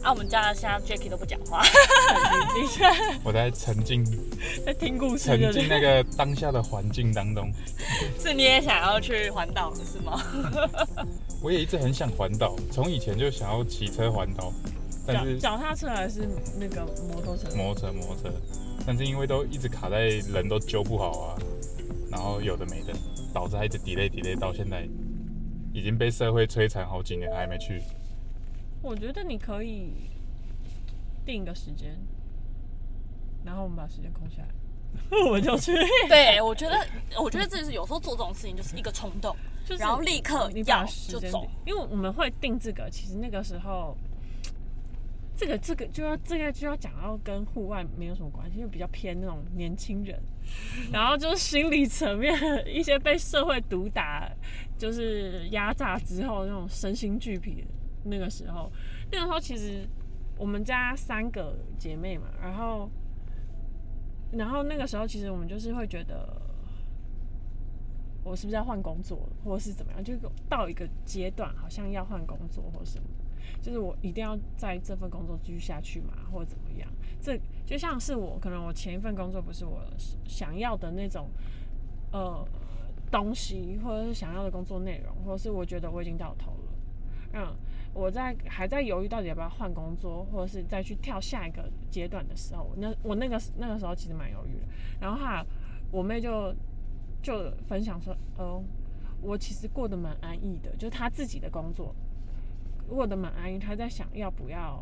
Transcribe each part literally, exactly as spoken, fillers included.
啊，我们家现在 Jacky 都不讲话， 我在沉浸， 在听故事， 沉浸那个当下的环境当中。 是你也想要去环岛了是吗？ 我也一直很想环岛，从以前就想要骑车环岛，但是脚踏车还是那个摩托车？ 摩托车，摩托车，但是因为都一直卡在人都揪不好啊，然后有的没的，导致它一直 delay delay 到现在，已经被社会摧残好几年还没去。 我觉得你可以定一个时间，然后我们把时间空下来，我们就去。对，我觉得，我觉得这是有时候做这种事情就是一个冲动，就是、然后立刻要就走。因为我们会定这个，其实那个时候，这个这个就要这个就要讲到跟户外没有什么关系，因为比较偏那种年轻人，然后就是心理层面一些被社会毒打，就是压榨之后那种身心俱疲的。那个时候，那个时候其实我们家三个姐妹嘛，然后，然后那个时候其实我们就是会觉得，我是不是要换工作了，或者是怎么样？就到一个阶段，好像要换工作或什么，就是我一定要在这份工作继续下去嘛，或者怎么样？这就像是我可能我前一份工作不是我想要的那种，呃，东西，或者是想要的工作内容，或者是我觉得我已经到头了。嗯，我在还在犹豫到底要不要换工作，或者是再去跳下一个阶段的时候，那我那个那个时候其实蛮犹豫的。然后哈，我妹就就分享说，哦，我其实过得蛮安逸的，就是她自己的工作过得蛮安逸，她在想要不要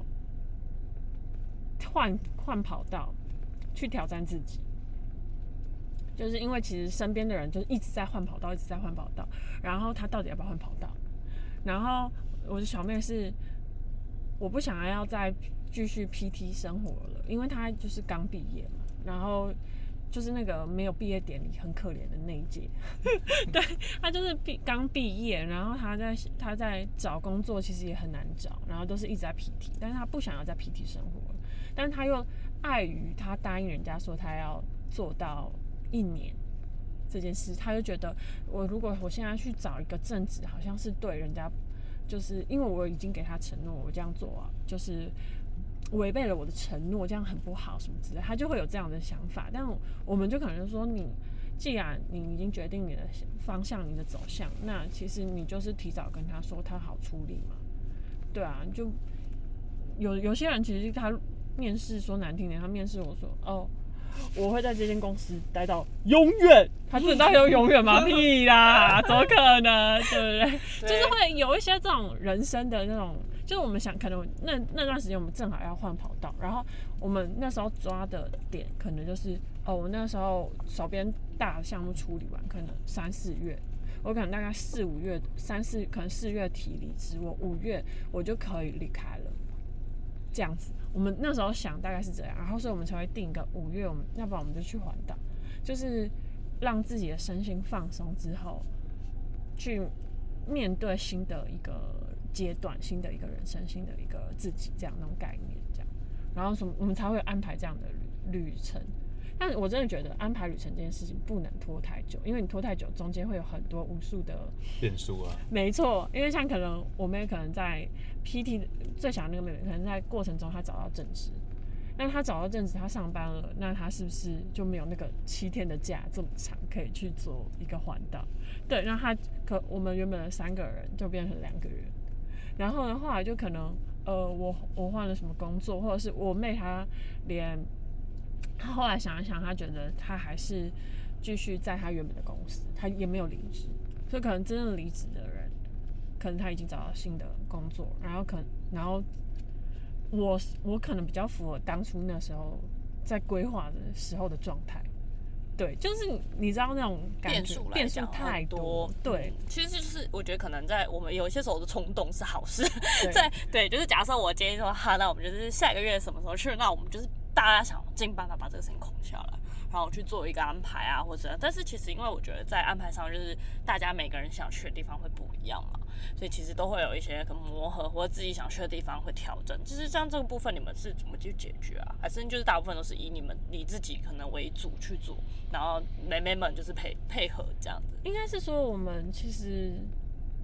换换跑道去挑战自己。就是因为其实身边的人就是一直在换跑道，一直在换跑道，然后她到底要不要换跑道？然后我的小妹是，我不想要再继续 P T 生活了，因为她就是刚毕业嘛，然后就是那个没有毕业典礼很可怜的那一届，对，她就是刚毕业，然后她在她在找工作其实也很难找，然后都是一直在 P T， 但是她不想要在 P T 生活了，但是她又碍于她答应人家说她要做到一年。这件事，他就觉得我如果我现在去找一个正职，好像是对人家，就是因为我已经给他承诺，我这样做啊，就是违背了我的承诺，这样很不好什么之类，他就会有这样的想法。但我们就可能就说，你既然你已经决定你的方向、你的走向，那其实你就是提早跟他说，他好处理嘛。对啊，就有有些人其实他面试说难听点，他面试我说哦。我会在这间公司待到永远，他真的要永远吗？屁啦，怎么可能？对不对？对，就是会有一些这种人生的那种，就是我们想，可能那那段时间我们正好要换跑道，然后我们那时候抓的点可能就是哦，我那时候手边大的项目处理完，可能三四月，我可能大概四五月，三四可能四月提离职，我五月我就可以离开了。这样子，我们那时候想大概是这样，然后所以我们才会定一个五月，我们要不然我们就去环岛，就是让自己的身心放松之后，去面对新的一个阶段、新的一个人生、新的一个自己这样那种概念，这样，然后我们才会安排这样的旅程。但我真的觉得安排旅程这件事情不能拖太久，因为你拖太久，中间会有很多无数的变数啊。 没错，因为像可能我妹可能在 P T 最小的那个妹妹，可能在过程中她找到正职，那她找到正职，她上班了，那她是不是就没有那个七天的假这么长，可以去做一个环岛？对，那她可我们原本的三个人就变成两个人，然后呢，后来就可能呃，我我换了什么工作，或者是我妹她连。他后来想一想，他觉得他还是继续在他原本的公司，他也没有离职，所以可能真正离职的人，可能他已经找到新的工作，然后可能，然后我我可能比较符合当初那时候在规划的时候的状态，对，就是你知道那种感觉变数太多，对， 其实就是我觉得可能在我们有些时候的冲动是好事，在对，就是假设我建议说，哈，那我们就是下一个月什么时候去，那我们就是。大家想尽办法把这个事情空下来，然后去做一个安排啊，或者，但是其实因为我觉得在安排上，就是大家每个人想去的地方会不一样嘛，所以其实都会有一些可能磨合，或者自己想去的地方会调整。就是像这个部分，你们是怎么去解决啊？还是就是大部分都是以你们你自己可能为主去做，然后妹妹们就是配配合这样子？ 应该是说我们其实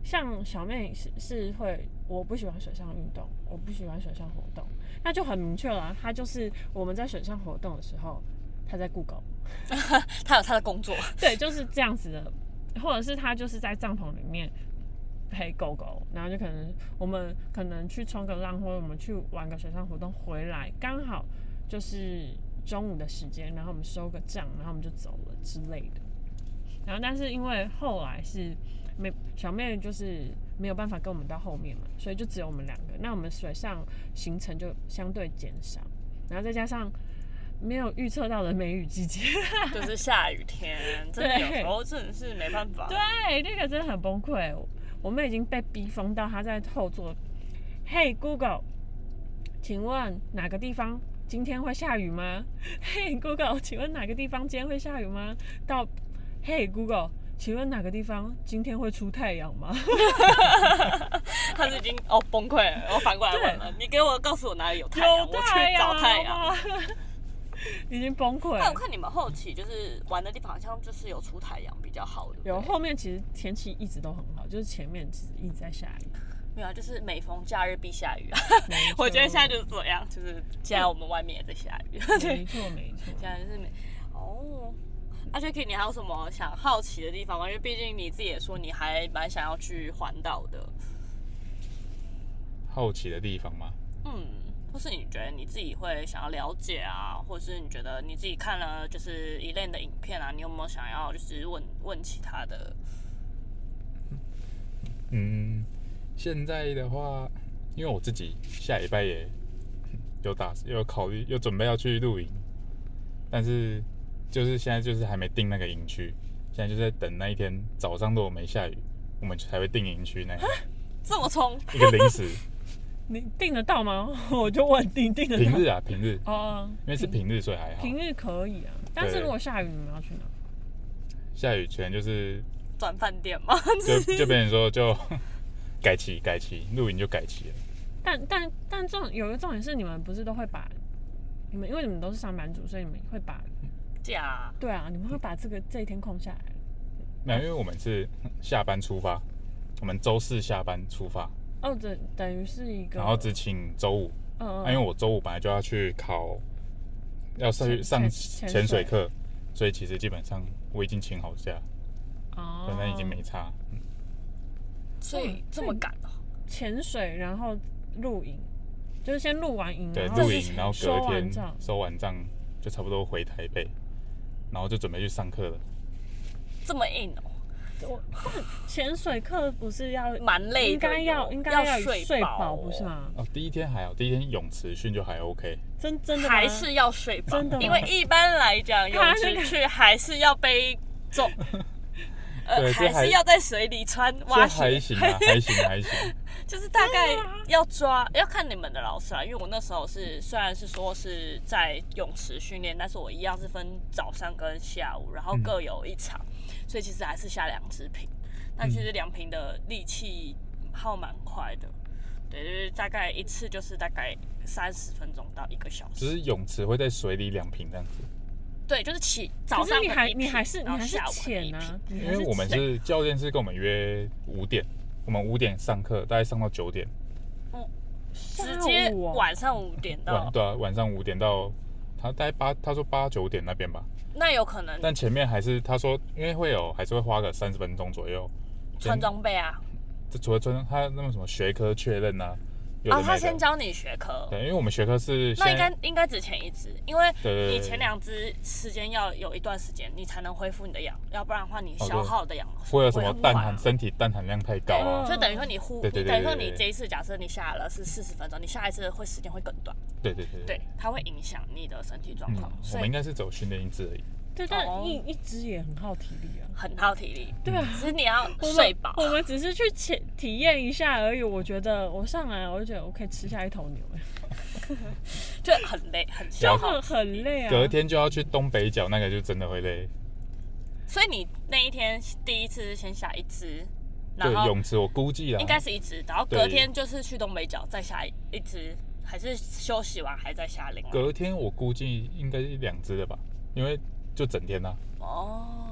像小妹是是会，我不喜欢水上运动，我不喜欢水上活动，那就很明确了，她就是我们在水上活动的时候，她在顾狗， 她有她的工作， 对，就是这样子的，或者是她就是在帐篷里面陪狗狗，然后就可能我们可能去冲个浪，或者我们去玩个水上活动回来，刚好就是中午的时间，然后我们收个账，然后我们就走了之类的。然后但是因为后来是没小妹就是没有办法跟我们到后面嘛，所以就只有我们两个，那我们水上行程就相对减少，然后再加上没有预测到的梅雨季节， 就是下雨天，真的有时候真的是没办法。 对，那个真的很崩溃。我们已经被逼疯到他在后座，嘿 Google， 请问哪个地方今天会下雨吗？嘿 Google， 请问哪个地方今天会下雨吗？到嘿 Google， 请问哪个地方今天会出太阳吗？ 他是已经哦崩溃了，我反过来问了，你给我告诉我哪里有太阳， 有太阳我去找太阳。 已经崩溃了。 但我看你们后期就是玩的地方，好像就是有出太阳比较好的。 有后面其实天气一直都很好，就是前面其实一直在下雨。 没有啊，就是每逢假日必下雨啊。我觉得现在就是这样，就是现在我们外面也在下雨。 没错没错。 现在就是没哦。阿 Jacky， 你还有什么想好奇的地方吗？因为毕竟你自己也说你还蛮想要去环岛的。 好奇的地方吗？ 嗯，或是你觉得你自己会想要了解啊，或是你觉得你自己看了就是一类的影片啊，你有没有想要就是问问其他的？ 嗯，现在的话，因为我自己下礼拜也有打有考虑有准备要去露营，但是就是现在就是还没定那个营区，现在就在等那一天早上如果没下雨，我们才会定营区那一天。 这么冲？ 一个临时。 你定得到吗？我就问你定得到。 平日啊，平日。 哦， 因为是平日，所以还好。 平日可以啊，但是如果下雨，你们要去哪？ 下雨前就是转饭店吗？ 就就变成说就改期改期，露营就改期了。 但但但重有一个重点是，你们不是都会把你们，因为你们都是上班族，所以你们会把假。 对啊，你们会把这个这一天空下来。 没有，因为我们是下班出发，我们周四下班出发。 哦，等等于是一个， 然后只请周五， 嗯嗯、 啊，因为我周五本来就要去考，要上上潜水课，所以其实基本上我已经请好假， 哦， 本来已经没差，嗯、 所以这么赶哦。 潜水，然后露营，就是先露完营， 对，露营，然后隔天收完账就差不多回台北，然后就准备去上课了。 这么硬哦。 我潜水课不是要蛮累的， 应该要应该要睡饱，不是吗？ 哦，第一天还好，第一天泳池训就还 OK。 真真的还是要睡饱， 真的， 因为一般来讲泳池去还是要背重，呃，还是要在水里穿蛙鞋。 还行啊，还行还行。 就是大概要抓，要看你们的老师啊。因为我那时候是虽然是说是在泳池训练，但是我一样是分早上跟下午，然后各有一场，嗯、所以其实还是下两支瓶。但其实两瓶的力气耗蛮快的，对，就是大概一次就是大概三十分钟到一个小时。 只是泳池会在水里两瓶这样子。 对，就是起早上你还你还是你还是潜啊， 因为我们是教练是跟我们约五点。我们五点上课，大概上到九点， 嗯，直接晚上五点到， 对啊，晚上五点到，他大概八，他说八九点那边吧， 那有可能， 但前面还是他说，因为会有，还是会花个三十分钟左右， 穿装备啊， 这除了穿，他那种什么学科确认啊。 哦，他先教你学科， 对，因为我们学科是那应该应该只前一支，因为对对对你前两支时间要有一段时间，你才能恢复你的氧，要不然的话你消耗的氧会有什么氮含身体氮含量太高啊， 就等于说你呼， 对对对对等于说你这一次假设你下了是四十分钟，你下一次会时间会更短， 对对对对，它会影响你的身体状况。 我们应该是走训练一支而已。 对，但一一支也很耗体力啊， 很耗体力。 对啊， 只是你要睡饱。 我们只是去体体验一下而已。我觉得我上来我就觉得我可以吃下一头牛， 就很累，很消耗， 很累啊。 隔天就要去东北角，那个就真的会累。 所以你那一天第一次先下一支， 对，泳池我估计啦， 应该是一支，然后隔天就是去东北角再下一支，还是休息完还在下另外。 隔天我估计应该是两支的吧，因为就整天啊。 哦，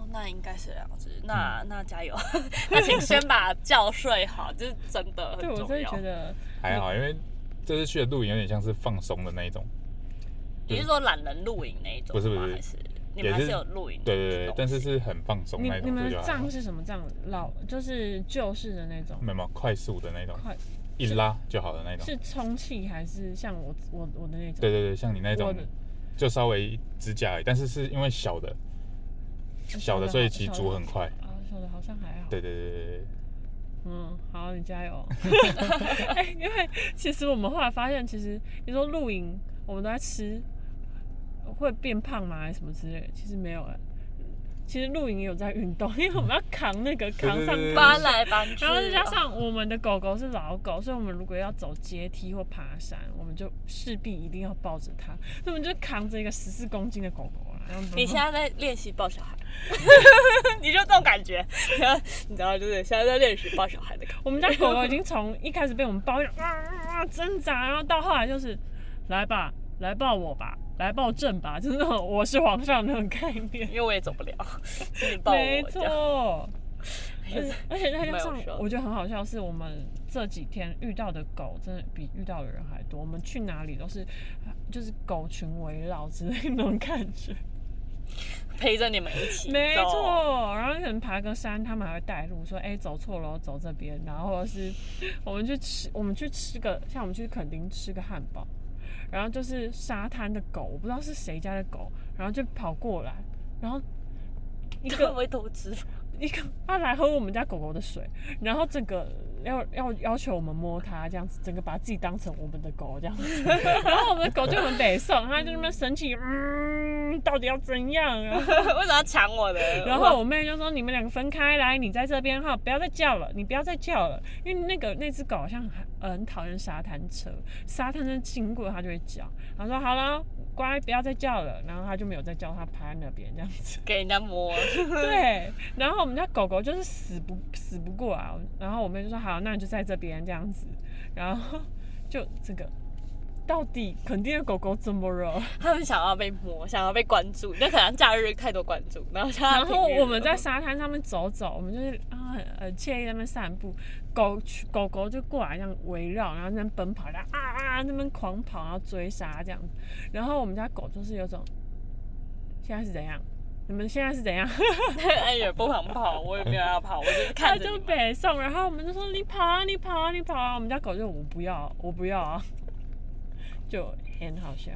那应该是两只，那、嗯、那加油，那请先把觉睡好，就是真的很重要。 对，我真的觉得还好，因为这次去的露营有点像是放松的那一种。 你是说懒人露营那一种？ 不是不是， 还是你们还是有露营？ 对对对，但是是很放松那种。 你们帐是什么帐？老就是旧式的那种？ 没有，快速的那种，快一拉就好的那种。 是充气还是像我我我的那种？ 对对对，像你那种，就稍微支架而已，但是是因为小的，小的所以其实煮很快。 啊，小的好像还好。 对对对对对。 嗯，好，你加油。欸、因为其实我们后来发现，其实你说露营，我们都在吃。会变胖吗？还是什么之类的？其实没有哎、欸。其实露营也有在运动，因为我们要扛那个扛上搬来搬去， 然后再加上我们的狗狗是老狗，所以我们如果要走阶梯或爬山，我们就势必一定要抱着它，所以我们就扛着一个十四公斤的狗狗啊。 你现在在练习抱小孩，你就这种感觉，你知道，就是现在在练习抱小孩的感觉。 我们家狗狗已经从一开始被我们抱，啊啊挣扎，然后到后来就是来吧，来抱我吧。来抱朕吧，就是那种我是皇上那种概念。 因为我也走不了，是你抱我。 没错。而且再加上，我觉得很好笑，是我们这几天遇到的狗真的比遇到的人还多。我们去哪里都是，就是狗群围绕之类那种感觉， 陪着你们一起。 没错。然后可能爬个山，他们还会带路，说：“哎、欸，走错了，走这边。”然后或者是我们去吃，我们去吃个，像我们去垦丁吃个汉堡。然后就是沙滩的狗，我不知道是谁家的狗，然后就跑过来，然后一个会偷吃， 一个他来喝我们家狗狗的水，然后整个要要要求我们摸它这样子，整个把自己当成我们的狗这样子，然后我们的狗就很北宋，它就那么生气，嗯，到底要怎样啊？ 为什么要抢我的？ 然后我妹就说：“你们两个分开来，你在这边哈，不要再叫了，你不要再叫了，因为那个那只狗好像很呃很讨厌沙滩车，沙滩车经过它就会叫。”然后说：“好了，乖，不要再叫了。”然后它就没有再叫，它趴在那边这样子给人家摸。 对，然后我们家狗狗就是死不死不过来，然后我妹就说：“好，那你就在这边这样子。”然后就这个。到底垦丁的狗狗怎么了？ 他们想要被摸，想要被关注，那可能假日太多关注，然后然后我们在沙滩上面走走，我们就是啊很很惬意在那边散步，狗狗狗就过来这样围绕，然后在那边奔跑，然后啊啊那边狂跑，然后追杀这样子。然后我们家狗就是有种现在是怎样？你们现在是怎样？ 哎也不想跑，我也没有要跑，我就是看着你们。 它就北宋，然后我们就说你跑啊，你跑啊，你跑啊。我们家狗就我不要，我不要啊。就很好笑，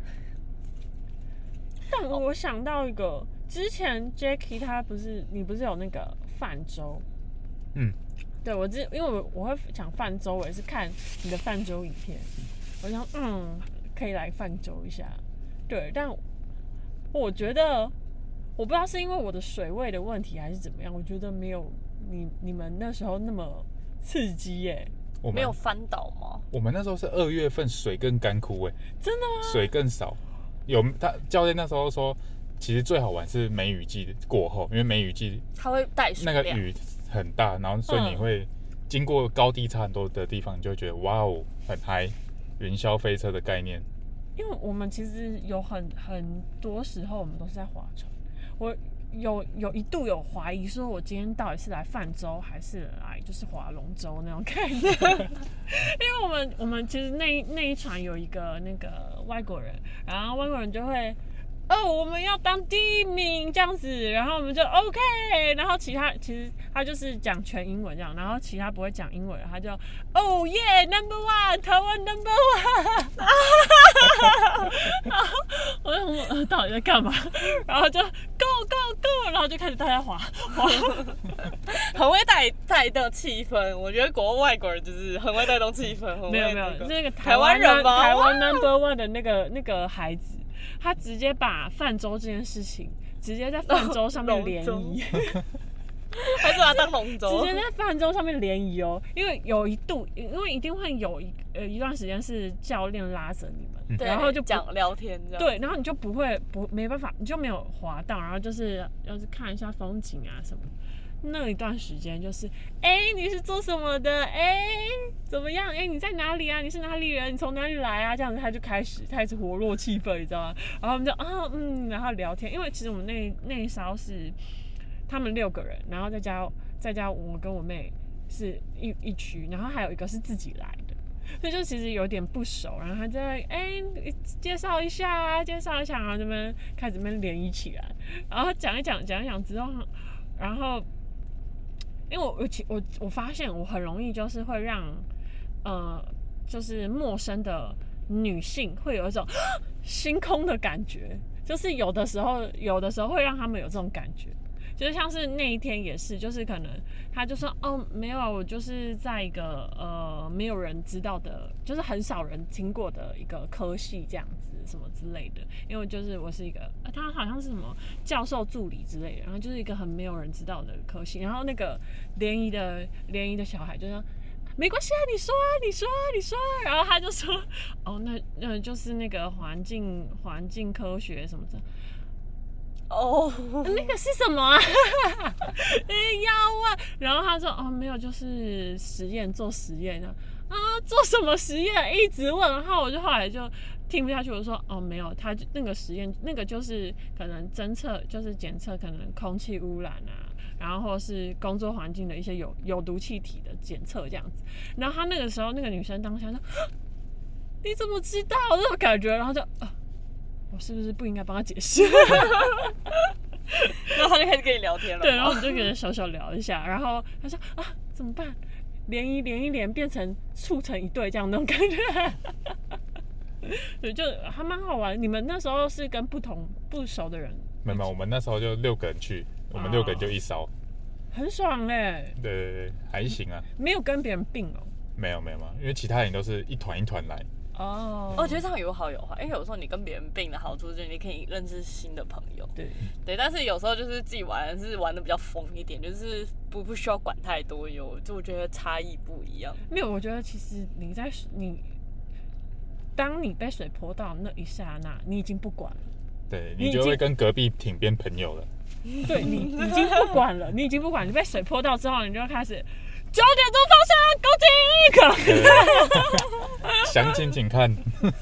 但我想到一个，之前 Jacky 他不是你不是有那个泛舟， 嗯， 对我之因为我我会讲泛舟，我也是看你的泛舟影片，我想嗯可以来泛舟一下，对，但我觉得我不知道是因为我的水位的问题还是怎么样，我觉得没有你你们那时候那么刺激耶、欸。 我没有翻倒吗？ 我们那时候是二月份，水更干枯哎、欸， 真的吗？ 水更少。有他教练那时候说，其实最好玩是梅雨季过后，因为梅雨季它会带水量， 那个雨很大，然后所以你会经过高低差很多的地方，你就会觉得哇哦很嗨，云霄飞车的概念。 因为我们其实有很很多时候我们都是在划船，我。有有一度有怀疑说，我今天到底是来泛舟还是来就是划龙舟那种概念，因为我们我们其实那那一船有一个那个外国人，然后外国人就会哦我们要当第一名这样子，然后我们就 OK， 然后其他其实他就是讲全英文这样，然后其他不会讲英文，他就哦耶 number one 台湾 number one， 然后我就想说到底在干嘛，然后就 go go go， 然后就开始大家滑滑， 很会带带动气氛。我觉得国外国人就是很会带动气氛。 没有没有，那个台湾人吗？ 台湾 number one 的那个那个孩子，他直接把泛舟这件事情直接在泛舟上面联谊。 还是把它当龙舟， 直接在泛舟上面联谊哦，因为有一度，因为一定会有一呃一段时间是教练拉着你们， 嗯、 然后就讲聊天这样， 对，然后你就不会不没办法，你就没有滑到，然后就是要是看一下风景啊什么。那一段时间就是，哎、欸，你是做什么的？哎、欸，怎么样？哎、欸，你在哪里啊？你是哪里人？你从哪里来啊？这样子他就开始开始活络气氛，你知道吗？然后我们就啊嗯，然后聊天，因为其实我们那那一艘是。 他们六个人，然后再加再加我跟我妹是一一区，然后还有一个是自己来的，所以就其实有点不熟。然后他在哎、欸、介绍一下，介绍一下，然后这边开始这边联谊起来，然后讲一讲讲一讲之后，然后因为我我我我发现我很容易就是会让呃就是陌生的女性会有一种心空的感觉。就是有的时候，有的时候会让他们有这种感觉，就是像是那一天也是，就是可能他就说哦没有，我就是在一个呃没有人知道的，就是很少人听过的一个科系这样子什么之类的，因为就是我是一个，呃、他好像是什么教授助理之类的，然后就是一个很没有人知道的科系，然后那个联谊的联谊的小孩就说。没关系啊，你说啊，你说啊，你说啊，然后他就说，哦，那那就是那个环境环境科学什么的， 哦， 那个是什么啊？要啊，然后他说，哦，没有，就是实验做实验啊，啊，做什么实验？一直问，然后我就后来就听不下去，我就说，哦，没有，他那个实验，那个就是可能侦测，就是检测可能空气污染啊。然后或是工作环境的一些有有毒气体的检测这样子，然后他那个时候那个女生当下说：“你怎么知道这种感觉？”然后就、呃，我是不是不应该帮他解释？ 然后他就开始跟你聊天了。 对，然后我们就跟人小小聊一下，然后他说：“啊，怎么办？连一连一连变成促成一对这样那种感觉。”对，就还蛮好玩。你们那时候是跟不同不熟的人？ 没有，我们那时候就六个人去。我们六个人就一烧， 很爽嘞。 对对对，还行啊。 没有跟别人并哦。 没有没有嘛，因为其他人都是一团一团来。 哦， 我觉得这样有好有坏，因为有时候你跟别人并的好处就是你可以认识新的朋友。 对对，但是有时候就是自己玩是玩的比较疯一点，就是不不需要管太多，有就我觉得差异不一样。 没有，我觉得其实你在你当你被水泼到那一刹那，你已经不管了。 对，你就会跟隔壁挺变朋友了。 对，你已经不管了，你已经不管，你被水泼到之后，你就开始九点钟方向攻击。 详情请看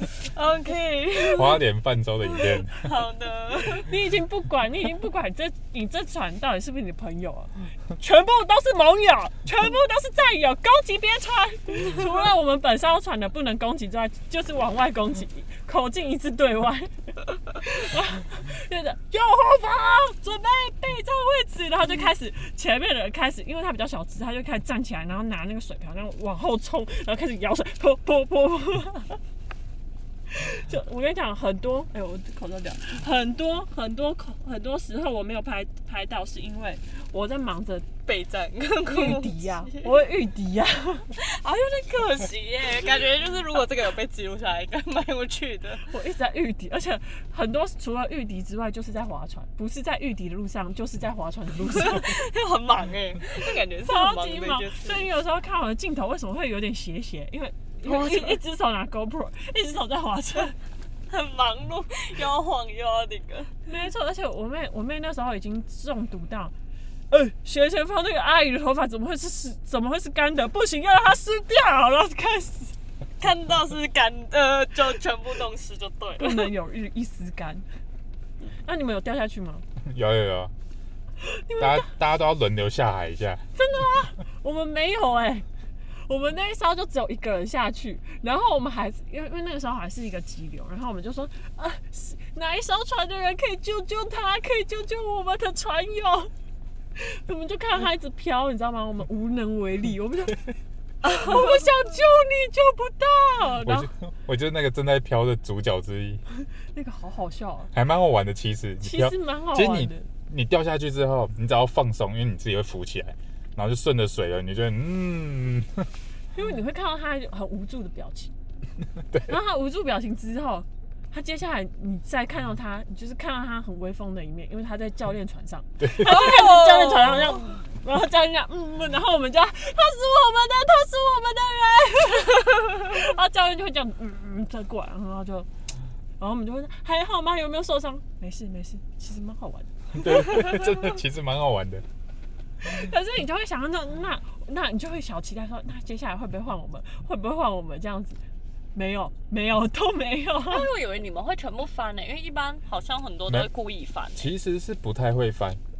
OK 花莲泛舟的影片。 好的， 你已经不管，你已经不管这你这船到底是不是你的朋友啊？全部都是盟友，全部都是战友，攻击别船。除了我们本艘船的不能攻击之外，就是往外攻击，口径一致对外。就是右后方准备备战位置，然后就开始前面的人开始，因为他比较小只，他就开始站起来，然后拿那个水瓢，然后往后冲，然后开始舀水，泼泼泼泼。就我跟你讲，很多哎、欸，我口罩掉，很多很多很多时候我没有拍拍到，是因为我在忙着备战跟御敌呀，我会御敌呀， 啊，有点可惜耶，感觉就是如果这个有被记录下来，应该蛮有趣的。 我一直在御敌，而且很多除了御敌之外，就是在划船，不是在御敌的路上，就是在划船的路上， 很忙哎，就感觉超级忙。所以你有时候看我的镜头为什么会有点斜斜，因为。一, 一只手拿 GoPro， 一只手在划船， 很忙碌，又要晃又要那个。 没错，而且我妹我妹那时候已经中毒到，哎、欸，斜前方那个阿姨的头发怎么会是湿？怎么会是干的？不行，要让它湿掉。然后开始看到是干的，就全部弄湿就对了， 不能有一一丝干。那你们有掉下去吗？ 有有有，大家大家都要轮流下海一下。 真的吗？我们没有哎、欸。我们那一艘就只有一个人下去，然后我们还因为因为那个时候还是一个急流，然后我们就说啊，哪一艘船的人可以救救他，可以救救我们的船友。我们就看他一直飘，你知道吗？我们无能为力，我们就我们想救你救不到。然后我就我就是那个正在飘的主角之一， 那个好好笑啊， 还蛮好玩的。其实其实蛮好玩的。 其实你你掉下去之后，你只要放松，因为你自己会浮起来。然后就顺着水了，你就嗯， 因为你会看到他很无助的表情，对。然后他无助表情之后，他接下来你再看到他，你就是看到他很威风的一面，因为他在教练船上，对，他就开始教练船上这样，然后教练讲嗯，然后我们就他是我们的，他是我们的人，然后教练就会这样嗯嗯再过来，然后就，然后我们就会说还好吗？有没有受伤？没事没事，其实蛮好玩的， 对，真的其实蛮好玩的。 可是你就会想到那那你就会小期待说，那接下来会不会换我们？会不会换我们这样子？没有，没有，都没有。 因为我以为你们会全部翻呢、欸，因为一般好像很多都会故意翻、欸。 其实是不太会翻，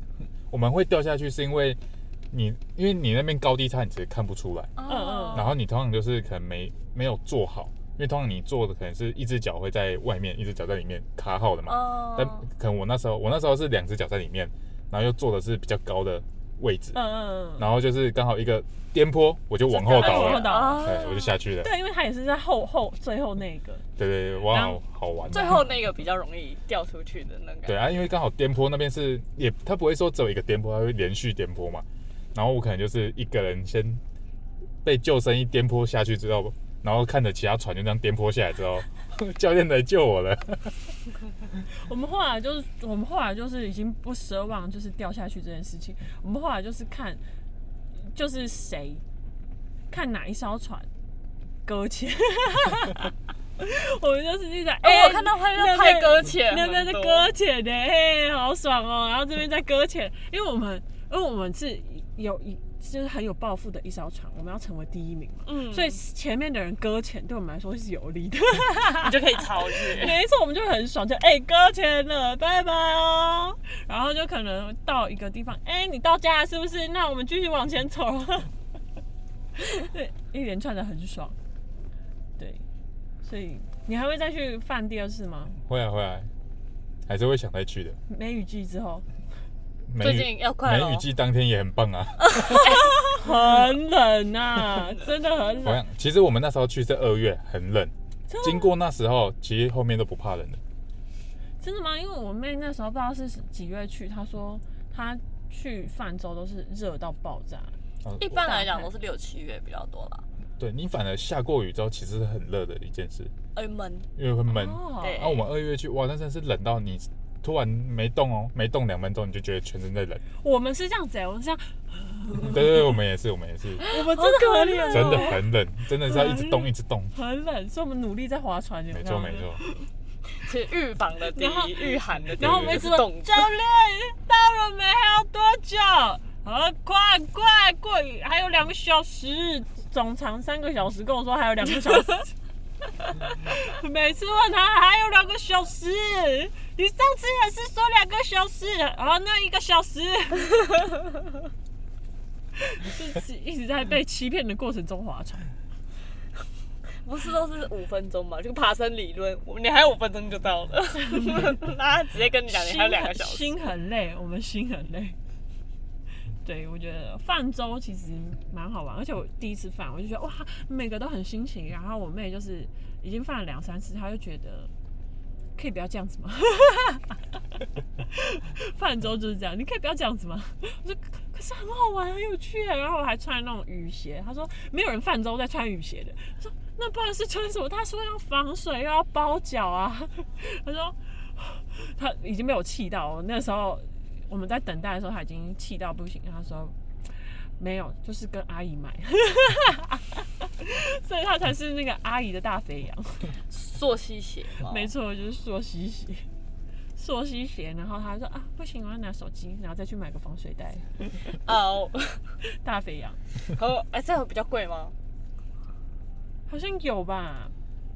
我们会掉下去是因为你因为你那边高低差你其实看不出来， 哦， 然后你通常就是可能没没有做好，因为通常你做的可能是一只脚会在外面，一只脚在里面卡好的嘛， 哦， 但可能我那时候我那时候是两只脚在里面，然后又做的是比较高的位置， 嗯嗯嗯， 然后就是刚好一个颠簸，我就往后倒了， 往后倒， 对，我就下去了。 对，因为它也是在后后最后那个， 对对对，哇，好好玩。 最后那个比较容易掉出去的那个。 对啊，因为刚好颠簸那边是也，它不会说只有一个颠簸，它会连续颠簸嘛。然后我可能就是一个人先被救生衣颠簸下去之后，然后看着其他船就这样颠簸下来之后，教练来救我了。 我们后来就是，我们后来就是已经不奢望就是掉下去这件事情。我们后来就是看，就是谁看哪一艘船搁浅，我们就是一直哎、 欸，我看到他在拍搁浅， 那边在搁浅呢，哎，好爽哦！然后这边在搁浅，因为我们因为我们是有一。就是很有抱负的一艘船，我们要成为第一名嘛，嗯，所以前面的人搁浅对我们来说是有利的， 你就可以超越。 没错，我们就很爽，就哎搁浅了，拜拜哦。然后就可能到一个地方，哎、欸，你到家了是不是？那我们继续往前走。对，一连串的很爽。对，所以你还会再去犯第二次吗？ 会啊会啊，还是会想再去的。 梅雨季之后。 最近要快了， 梅雨季当天也很棒啊， 很冷啊，真的很冷。 其实我们那时候去是二月，很冷。经过那时候，其实后面都不怕冷的。 真的吗？因为我妹那时候不知道是几月去，她说她去泛舟都是热到爆炸。 一般来讲都是六七月比较多啦。 对，你反而下过雨之后，其实是很热的一件事。 哎闷， 因为会闷。 哦、 对。 然后我们二月去，哇，那真的是冷到你。突然没动哦，没动两分钟你就觉得全身在冷。 我们是这样子哎、欸，我们是这样。 对对对，我们也是，我们也是。 我们真的很冷、喔， 真的很冷，真的是要一直动一直动。 很冷，所以我们努力在划船。 没错没错。 是预防的第一，御寒的第一。 然后我们一直动。 教练到了没？还要多久？啊，快快过，还有两个小时，总长三个小时，跟我说还有两个小时。每次问他还有两个小时，你上次也是说两个小时，啊，那一个小时，就是一直在被欺骗的过程中划船。 不是都是五分钟吗？就爬升理论，你还有五分钟就到了，他直接跟你讲你还有两个小时， 心很累，我们心很累。对，我觉得泛舟其实蛮好玩，而且我第一次泛，我就觉得哇，每个都很新奇。然后我妹就是已经泛了两三次，她就觉得可以不要这样子吗？泛舟就是这样，你可以不要这样子吗？我说可是很好玩，很有趣。然后我还穿那种雨鞋，她说没有人泛舟在穿雨鞋的。我说那不然是穿什么？她说要防水，又要包脚啊。她说她已经被我气到，我那时候。我们在等待的时候，他已经气到不行。他说：“没有，就是跟阿姨买，所以他才是那个阿姨的大肥羊。” 溯溪鞋， 没错，就是溯溪鞋。溯溪鞋，然后他说：“啊，不行，我要拿手机，然后再去买个防水袋。” 哦， 大肥羊。 哦，哎，这个比较贵吗？ 好像有吧。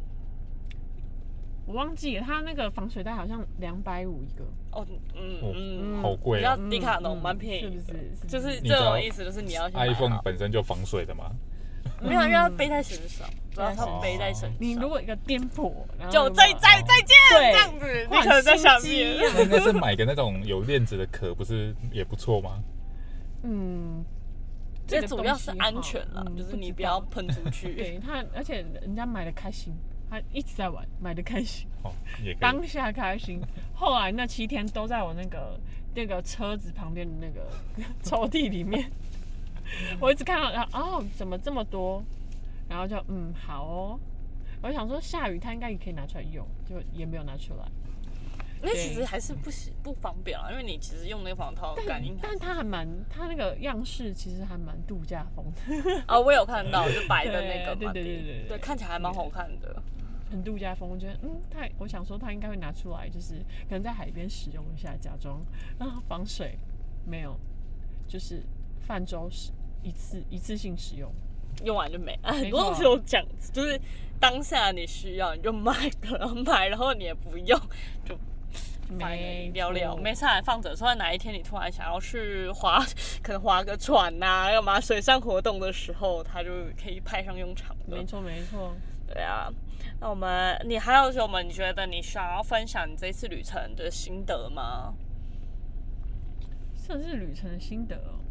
我忘记了，他那个防水袋好像两百五一个。 哦，嗯嗯， 好贵啊！比较迪卡侬蛮便宜， 是不是？ 就是这种意思，就是你要 iPhone 本身就防水的嘛。 没有，因为要背在身上，主要它背在身上。 你如果一个颠簸， 就再再再见这样子，你可能在下面。 那应该是买个那种有链子的壳，不是也不错吗？ 嗯。 这主要是安全啦，就是你不要喷出去。 对他，而且人家买的开心，他一直在玩，买的开心。 哦，也当下开心。后来那七天都在我那个那个车子旁边的那个抽屉里面，我一直看到，然后哦，怎么这么多？然后就嗯好哦。我想说下雨它应该也可以拿出来用，就也没有拿出来。 那其实还是不不方便啊，因为你其实用那个防套感应， 但它还蛮，它那个样式其实还蛮度假风的。 啊、哦，我有看到，就白的那个嘛， 对对对对 对, 对，看起来还蛮好看的， 很度假风。我觉得，嗯，他，我想说他应该会拿出来，就是可能在海边使用一下，假装啊防水，没有，就是泛舟一次一次性使用。 用完就没，很多东西都这样子，就是当下你需要你就买了，买然后你也不用，就放聊聊，没上来放着。说哪一天你突然想要去划，可能划个船呐、啊，干嘛水上活动的时候，它就可以派上用场的。 没错没错。 对啊，那我们你还有什么？你觉得你想要分享你这一次旅程的心得吗？ 这次旅程的心得哦。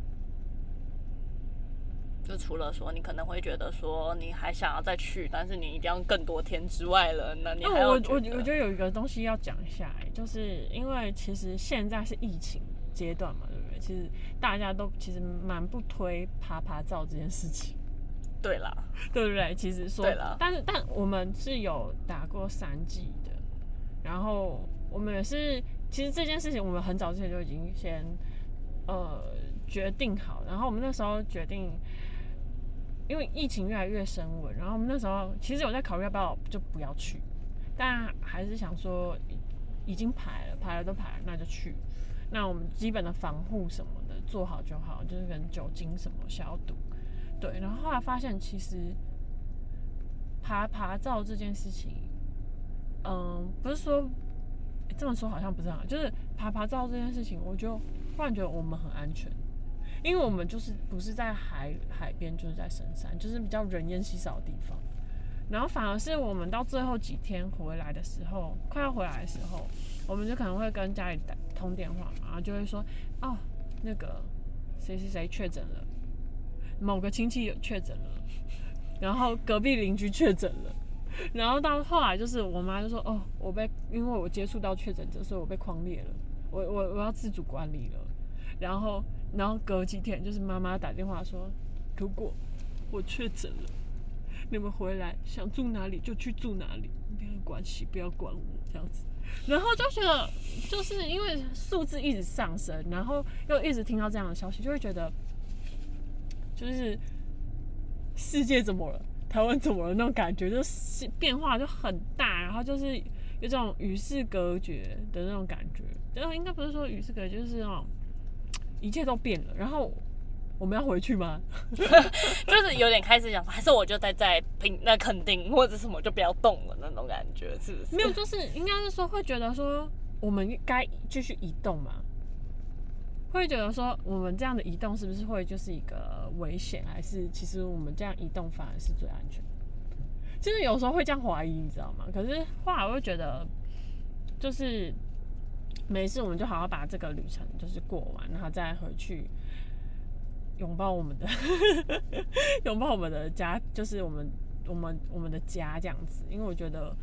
就除了说你可能会觉得说你还想要再去，但是你一定要更多天之外了，那你还有觉得我我我觉得有一个东西要讲一下，就是因为其实现在是疫情阶段嘛，对不对？其实大家都其实蛮不推爬爬照这件事情。 对啦， 对不对？其实说， 对啦， 但是但我们是有打过三剂的，然后我们也是，其实这件事情我们很早之前就已经先呃决定好，然后我们那时候决定。因为疫情越来越升温，然后我们那时候其实有在考虑要不要就不要去，但还是想说已经排了，排了都排了，那就去。那我们基本的防护什么的做好就好，就是跟酒精什么消毒。对，然后后来发现其实爬爬照这件事情，嗯，不是说这么说好像不是很好，就是爬爬照这件事情，我就忽然觉得我们很安全。因为我们就是不是在海海边，就是在深山，就是比较人烟稀少的地方。然后反而是我们到最后几天回来的时候，快要回来的时候，我们就可能会跟家里通电话嘛，然后就会说，哦，那个谁谁谁确诊了，某个亲戚确诊了，然后隔壁邻居确诊了。然后到后来就是我妈就说，哦，我被因为我接触到确诊者，所以我被匡列了，我我我要自主管理了。然后，然后隔几天，就是妈妈打电话说，如果我确诊了，你们回来想住哪里就去住哪里，没有关系，不要管我这样子。然后就觉得，就是因为数字一直上升，然后又一直听到这样的消息，就会觉得，就是世界怎么了，台湾怎么了那种感觉，就是变化就很大，然后就是有这种与世隔绝的那种感觉。然后应该不是说与世隔绝，就是那种。一切都变了，然后我们要回去吗？ 就是有点开始想说，还是我就待在平那垦丁或者什么就不要动了那种感觉，是不是？ 没有，就是应该是说会觉得说我们该继续移动嘛，会觉得说我们这样的移动是不是会就是一个危险，还是其实我们这样移动反而是最安全的？就是有时候会这样怀疑，你知道吗？可是后来我会觉得，就是没事，我们就好好把这个旅程就是过完，然后再回去拥抱我们的拥抱我们的家，就是我们我们我们的家这样子。因为我觉得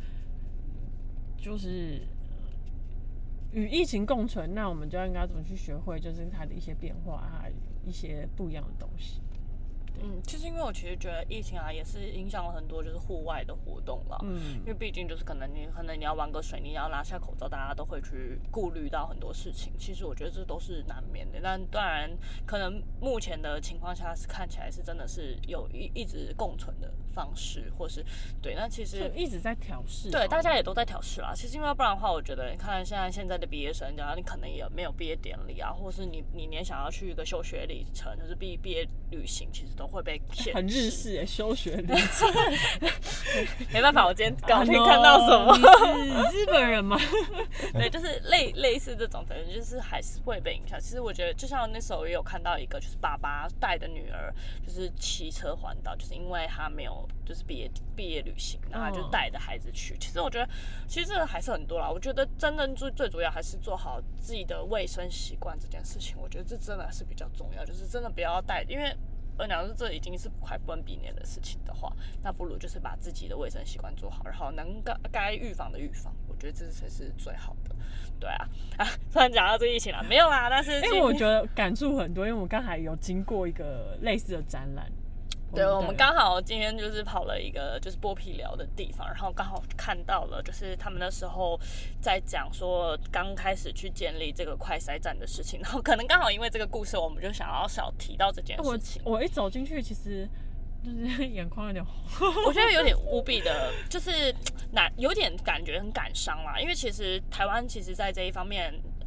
就是与疫情共存，那我们就应该怎么去学会，就是它的一些变化，还有一些不一样的东西。 嗯，其实因为我其实觉得疫情啊，也是影响了很多就是户外的活动啦。嗯，因为毕竟就是可能你可能你要玩个水，你要拿下口罩，大家都会去顾虑到很多事情。其实我觉得这都是难免的。但当然，可能目前的情况下是看起来是真的是有一一直共存的方式，或是对。那其实一直在调试， 对，大家也都在调试啦。其实因为要不然的话，我觉得你看现在现在的毕业生，然后你可能也没有毕业典礼啊，或是你你连想要去一个休学旅程，就是毕毕业旅行，其实都会被限制。 很日式耶，休学旅程。 没办法，我今天刚听看到什么？ 你是日本人吗？ 对，就是类类似这种，可能就是还是会被影响。其实我觉得，就像那时候也有看到一个，就是爸爸带的女儿，就是骑车环岛，就是因为他没有就是毕业毕业旅行，然后他就带着孩子去。其实我觉得，其实这个还是很多啦。我觉得真正最最主要还是做好自己的卫生习惯这件事情。我觉得这真的是比较重要，就是真的不要带，因为。而假如这已经是快不能避免的事情的话，那不如就是把自己的卫生习惯做好，然后能该预防的预防，我觉得这才是最好的。对啊，啊，突然讲到这疫情了，没有啦，但是因为我觉得感触很多，因为我刚才有经过一个类似的展览。 对，我们刚好今天就是跑了一个就是剥皮寮的地方，然后刚好看到了，就是他们那时候在讲说刚开始去建立这个快筛站的事情，然后可能刚好因为这个故事，我们就想要小提到这件事情。 我我一走进去，其实就是眼眶有点红， 我觉得有点无比的，就是难，有点感觉很感伤啦。因为其实台湾其实在这一方面。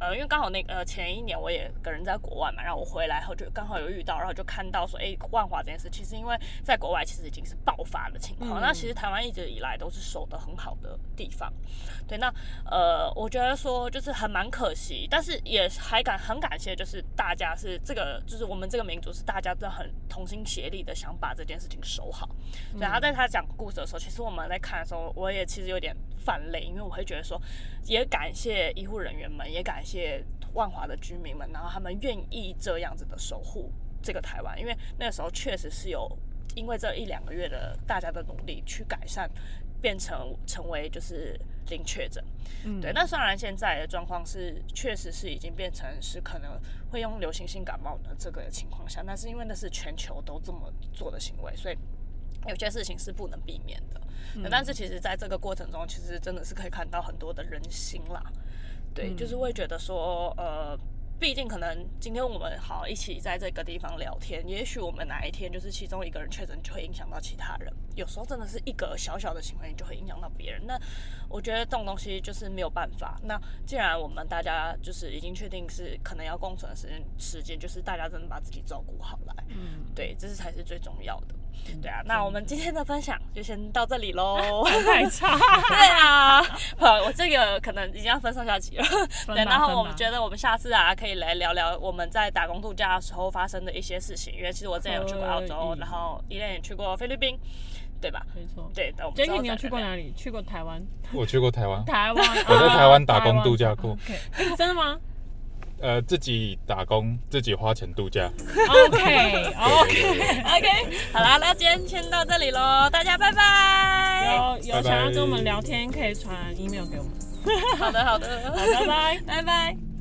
呃，因为刚好那个、呃、前一年我也个人在国外嘛，然后我回来后就刚好有遇到，然后就看到说，哎，万华这件事，其实因为在国外其实已经是爆发的情况，嗯、那其实台湾一直以来都是守得很好的地方，对，那呃，我觉得说就是很蛮可惜，但是也还感很感谢，就是大家是这个，就是我们这个民族是大家都很同心协力的想把这件事情守好，所以他在他讲故事的时候，其实我们在看的时候，我也其实有点泛泪，因为我会觉得说，也感谢医护人员们，也感谢万华的居民们，然后他们愿意这样子的守护这个台湾，因为那个时候确实是有因为这一两个月的大家的努力去改善，变成成为就是零确诊。嗯，对。那虽然现在的状况是确实是已经变成是可能会用流行性感冒的这个情况下，但是因为那是全球都这么做的行为，所以有些事情是不能避免的。嗯、但是其实在这个过程中，其实真的是可以看到很多的人心啦。对，嗯、就是会觉得说，呃，毕竟可能今天我们好一起在这个地方聊天，也许我们哪一天就是其中一个人确诊，就会影响到其他人。有时候真的是一个小小的行为，就会影响到别人。那我觉得这种东西就是没有办法。那既然我们大家就是已经确定是可能要共存的时间，时间就是大家真的把自己照顾好来。嗯，对，这是才是最重要的。对啊，那我们今天的分享就先到这里喽。 太差。 对啊，我这个可能已经要分上下集了。对，然后我们觉得我们下次啊，可以来聊聊我们在打工度假的时候发生的一些事情。因为其实我之前有去过澳洲，然后依恋也去过菲律宾，对吧？ 没错。 对，我们 Jacky 你有去过哪里？去过台湾。 我去过台湾。 台湾。 我在台湾打工度假过。 OK， 真的吗？ 呃，自己打工，自己花钱度假。 OK OK OK， 好啦，那今天先到这里喽，大家拜拜。 有有想要跟我们聊天，可以传 email 给我们。 好的好的， 好，拜拜拜拜。